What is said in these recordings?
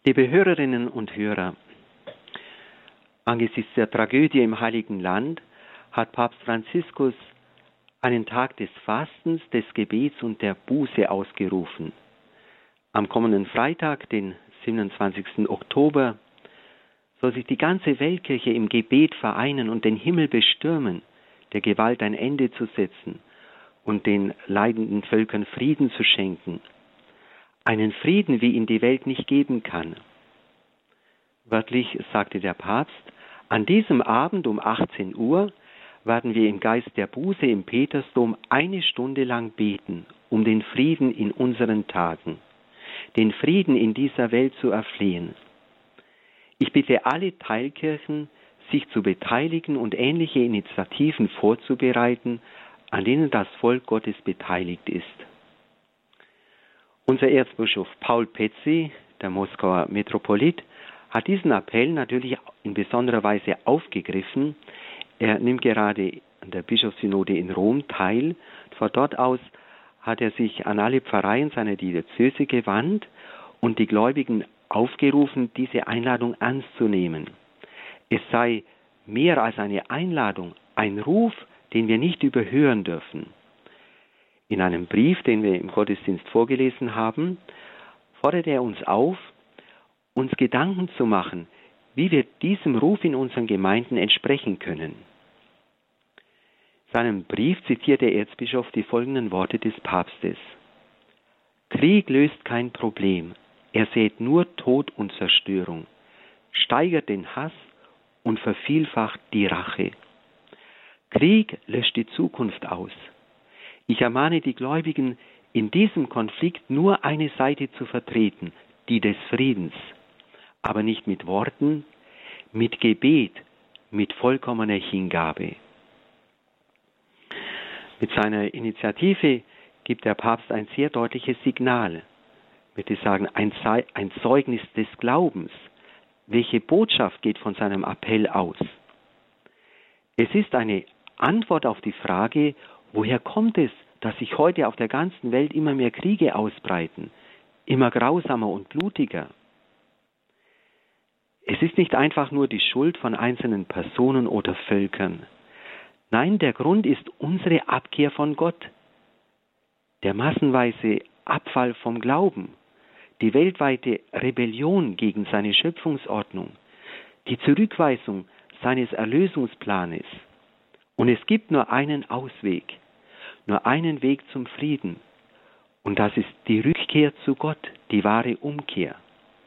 Liebe Hörerinnen und Hörer, angesichts der Tragödie im Heiligen Land hat Papst Franziskus einen Tag des Fastens, des Gebets und der Buße ausgerufen. Am kommenden Freitag, den 27. Oktober, soll sich die ganze Weltkirche im Gebet vereinen und den Himmel bestürmen, der Gewalt ein Ende zu setzen und den leidenden Völkern Frieden zu schenken. Einen Frieden, wie ihn die Welt nicht geben kann. Wörtlich sagte der Papst, an diesem Abend um 18 Uhr werden wir im Geist der Buße im Petersdom 1 Stunde lang beten, um den Frieden in unseren Tagen, den Frieden in dieser Welt zu erflehen. Ich bitte alle Teilkirchen, sich zu beteiligen und ähnliche Initiativen vorzubereiten, an denen das Volk Gottes beteiligt ist. Unser Erzbischof Paul Petsy, der Moskauer Metropolit, hat diesen Appell natürlich in besonderer Weise aufgegriffen. Er nimmt gerade an der Bischofssynode in Rom teil. Von dort aus hat er sich an alle Pfarreien seiner Diözese gewandt und die Gläubigen aufgerufen, diese Einladung ernst zu nehmen. Es sei mehr als eine Einladung, ein Ruf, den wir nicht überhören dürfen. In einem Brief, den wir im Gottesdienst vorgelesen haben, fordert er uns auf, uns Gedanken zu machen, wie wir diesem Ruf in unseren Gemeinden entsprechen können. In seinem Brief zitiert der Erzbischof die folgenden Worte des Papstes. Krieg löst kein Problem, er sät nur Tod und Zerstörung, steigert den Hass und vervielfacht die Rache. Krieg löscht die Zukunft aus. Ich ermahne die Gläubigen, in diesem Konflikt nur eine Seite zu vertreten, die des Friedens, aber nicht mit Worten, mit Gebet, mit vollkommener Hingabe. Mit seiner Initiative gibt der Papst ein sehr deutliches Signal, ich würde sagen, ein Zeugnis des Glaubens. Welche Botschaft geht von seinem Appell aus? Es ist eine Antwort auf die Frage, woher kommt es, dass sich heute auf der ganzen Welt immer mehr Kriege ausbreiten, immer grausamer und blutiger? Es ist nicht einfach nur die Schuld von einzelnen Personen oder Völkern. Nein, der Grund ist unsere Abkehr von Gott, der massenweise Abfall vom Glauben, die weltweite Rebellion gegen seine Schöpfungsordnung, die Zurückweisung seines Erlösungsplanes. Und es gibt nur einen Ausweg, nur einen Weg zum Frieden. Und das ist die Rückkehr zu Gott, die wahre Umkehr.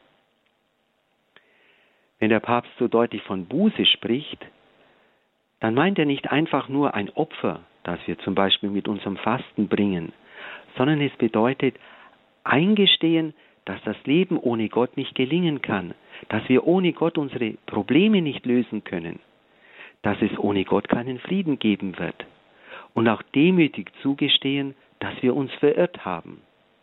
Wenn der Papst so deutlich von Buße spricht, dann meint er nicht einfach nur ein Opfer, das wir zum Beispiel mit unserem Fasten bringen, sondern es bedeutet eingestehen, dass das Leben ohne Gott nicht gelingen kann, dass wir ohne Gott unsere Probleme nicht lösen können, dass es ohne Gott keinen Frieden geben wird und auch demütig zugestehen, dass wir uns verirrt haben.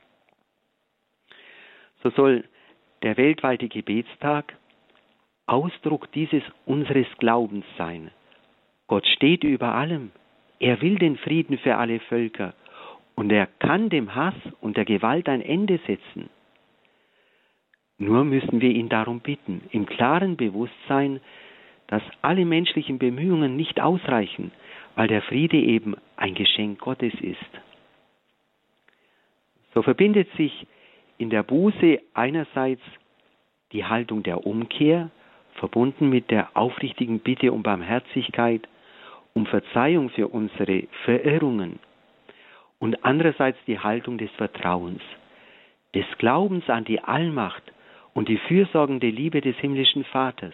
So soll der weltweite Gebetstag Ausdruck dieses unseres Glaubens sein. Gott steht über allem. Er will den Frieden für alle Völker und er kann dem Hass und der Gewalt ein Ende setzen. Nur müssen wir ihn darum bitten, im klaren Bewusstsein, dass alle menschlichen Bemühungen nicht ausreichen, weil der Friede eben ein Geschenk Gottes ist. So verbindet sich in der Buße einerseits die Haltung der Umkehr, verbunden mit der aufrichtigen Bitte um Barmherzigkeit, um Verzeihung für unsere Verirrungen, und andererseits die Haltung des Vertrauens, des Glaubens an die Allmacht und die fürsorgende Liebe des himmlischen Vaters.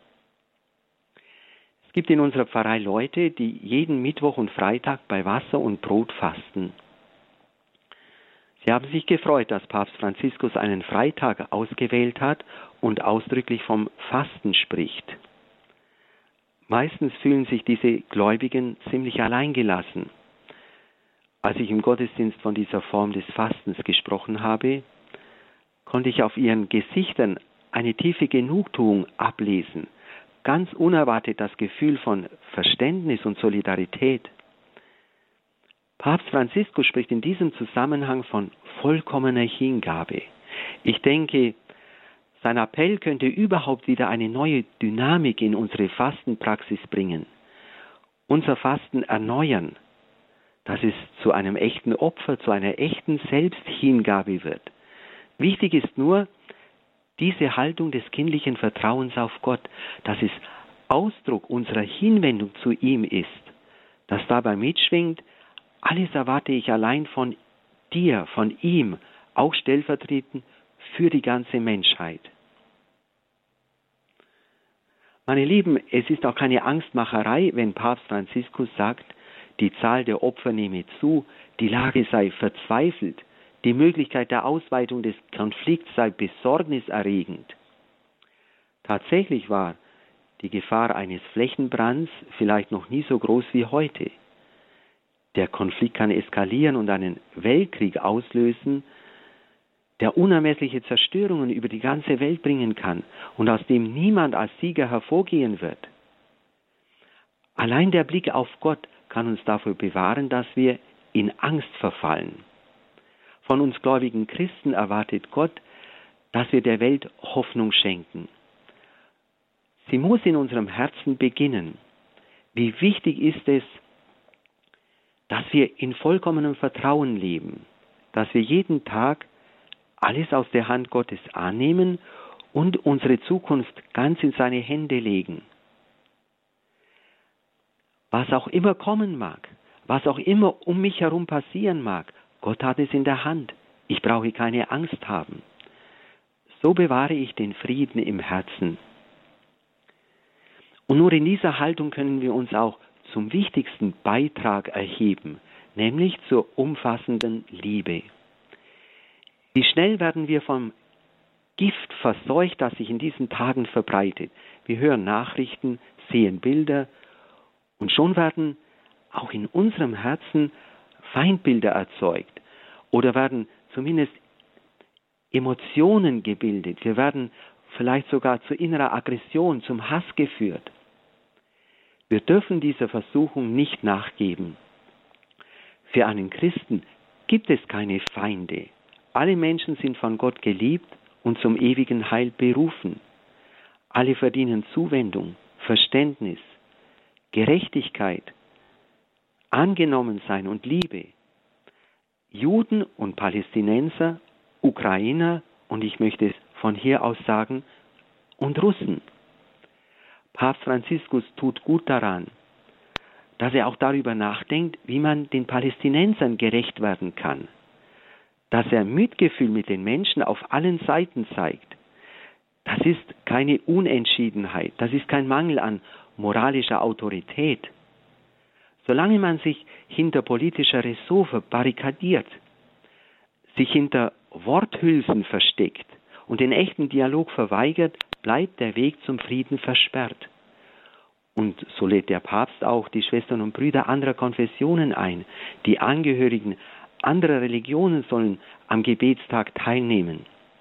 Es gibt in unserer Pfarrei Leute, die jeden Mittwoch und Freitag bei Wasser und Brot fasten. Sie haben sich gefreut, dass Papst Franziskus einen Freitag ausgewählt hat und ausdrücklich vom Fasten spricht. Meistens fühlen sich diese Gläubigen ziemlich alleingelassen. Als ich im Gottesdienst von dieser Form des Fastens gesprochen habe, konnte ich auf ihren Gesichtern eine tiefe Genugtuung ablesen, ganz unerwartet das Gefühl von Verständnis und Solidarität. Papst Franziskus spricht in diesem Zusammenhang von vollkommener Hingabe. Ich denke, Sein Appell könnte überhaupt wieder eine neue Dynamik in unsere Fastenpraxis bringen. Unser Fasten erneuern, dass es zu einem echten Opfer, zu einer echten Selbsthingabe wird. Wichtig ist nur diese Haltung des kindlichen Vertrauens auf Gott, dass es Ausdruck unserer Hinwendung zu ihm ist, dass dabei mitschwingt, alles erwarte ich allein von dir, von ihm, auch stellvertretend für die ganze Menschheit. Meine Lieben, es ist auch keine Angstmacherei, wenn Papst Franziskus sagt, die Zahl der Opfer nehme zu, die Lage sei verzweifelt, die Möglichkeit der Ausweitung des Konflikts sei besorgniserregend. Tatsächlich war die Gefahr eines Flächenbrands vielleicht noch nie so groß wie heute. Der Konflikt kann eskalieren und einen Weltkrieg auslösen, der unermessliche Zerstörungen über die ganze Welt bringen kann und aus dem niemand als Sieger hervorgehen wird. Allein der Blick auf Gott kann uns davor bewahren, dass wir in Angst verfallen. Von uns gläubigen Christen erwartet Gott, dass wir der Welt Hoffnung schenken. Sie muss in unserem Herzen beginnen. Wie wichtig ist es, dass wir in vollkommenem Vertrauen leben, dass wir jeden Tag alles aus der Hand Gottes annehmen und unsere Zukunft ganz in seine Hände legen. Was auch immer kommen mag, was auch immer um mich herum passieren mag, Gott hat es in der Hand. Ich brauche keine Angst haben. So bewahre ich den Frieden im Herzen. Und nur in dieser Haltung können wir uns auch zum wichtigsten Beitrag erheben, nämlich zur umfassenden Liebe. Wie schnell werden wir vom Gift verseucht, das sich in diesen Tagen verbreitet. Wir hören Nachrichten, sehen Bilder und schon werden auch in unserem Herzen Feindbilder erzeugt oder werden zumindest Emotionen gebildet. Wir werden vielleicht sogar zu innerer Aggression, zum Hass geführt. Wir dürfen dieser Versuchung nicht nachgeben. Für einen Christen gibt es keine Feinde. Alle Menschen sind von Gott geliebt und zum ewigen Heil berufen. Alle verdienen Zuwendung, Verständnis, Gerechtigkeit, Angenommensein und Liebe. Juden und Palästinenser, Ukrainer und ich möchte es von hier aus sagen, und Russen. Papst Franziskus tut gut daran, dass er auch darüber nachdenkt, wie man den Palästinensern gerecht werden kann. Dass er Mitgefühl mit den Menschen auf allen Seiten zeigt. Das ist keine Unentschiedenheit, das ist kein Mangel an moralischer Autorität. Solange man sich hinter politischer Ressort verbarrikadiert, sich hinter Worthülsen versteckt und den echten Dialog verweigert, bleibt der Weg zum Frieden versperrt. Und so lädt der Papst auch die Schwestern und Brüder anderer Konfessionen ein. Die Angehörigen anderer Religionen sollen am Gebetstag teilnehmen.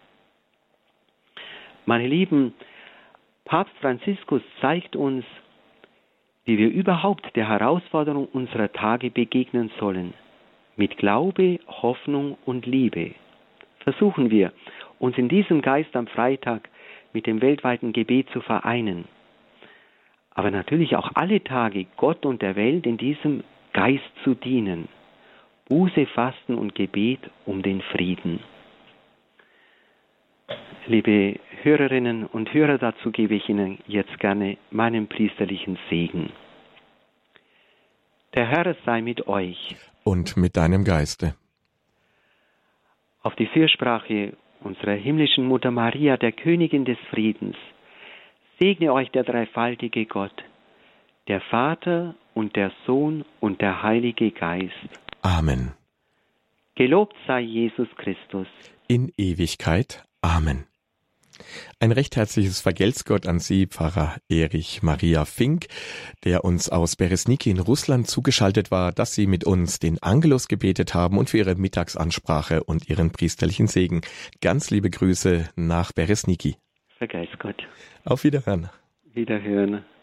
Meine Lieben, Papst Franziskus zeigt uns, wie wir überhaupt der Herausforderung unserer Tage begegnen sollen. Mit Glaube, Hoffnung und Liebe. Versuchen wir, uns in diesem Geist am Freitag mit dem weltweiten Gebet zu vereinen. Aber natürlich auch alle Tage Gott und der Welt in diesem Geist zu dienen. Buße, Fasten und Gebet um den Frieden. Liebe Hörerinnen und Hörer, dazu gebe ich Ihnen jetzt gerne meinen priesterlichen Segen. Der Herr sei mit euch. Und mit deinem Geiste. Auf die Fürsprache unserer himmlischen Mutter Maria, der Königin des Friedens, segne euch der dreifaltige Gott, der Vater und der Sohn und der Heilige Geist. Amen. Gelobt sei Jesus Christus. In Ewigkeit. Amen. Ein recht herzliches Vergelt's Gott an Sie, Pfarrer Erich Maria Fink, der uns aus Beresniki in Russland zugeschaltet war, dass Sie mit uns den Angelus gebetet haben und für Ihre Mittagsansprache und Ihren priesterlichen Segen. Ganz liebe Grüße nach Beresniki. Vergelt's Gott. Auf Wiederhören. Wiederhören.